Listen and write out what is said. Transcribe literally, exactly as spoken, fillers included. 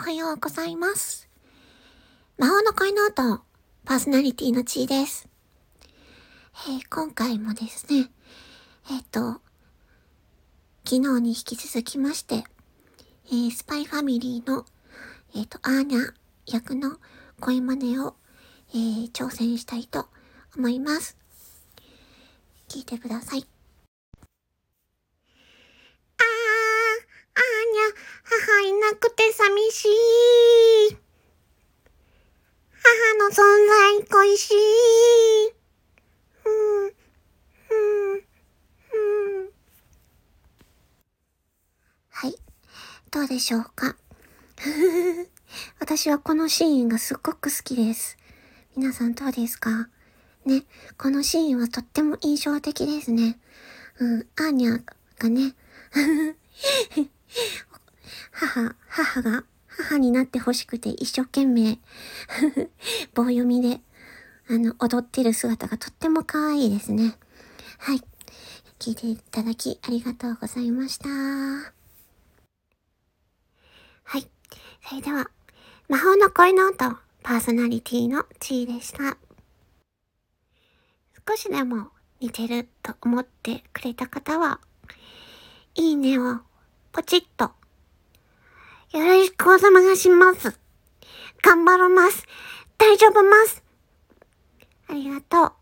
はようございます。魔法の恋ノート、パーソナリティのちーです。えー、今回もですね、えっ、と、昨日に引き続きまして、えー、スパイファミリーの、えっ、と、アーニャ役の声真似を、えー、挑戦したいと思います。聞いてください。あー、アーニャ、母いなくて寂しい。母の存在恋しい。うん、うん、うん。はい。どうでしょうか私はこのシーンがすっごく好きです。皆さんどうですかね。このシーンはとっても印象的ですね。うん、アーニャがね、母、母が、母になって欲しくて一生懸命棒読みで、あの、踊ってる姿がとっても可愛いですね。はい。聞いていただきありがとうございました。はい。それでは、魔法の恋ノート、パーソナリティのちーでした。少しでも似てると思ってくれた方は、いいねをポチッと。よろしくお願いします。頑張ります。大丈夫ます。ありがとう。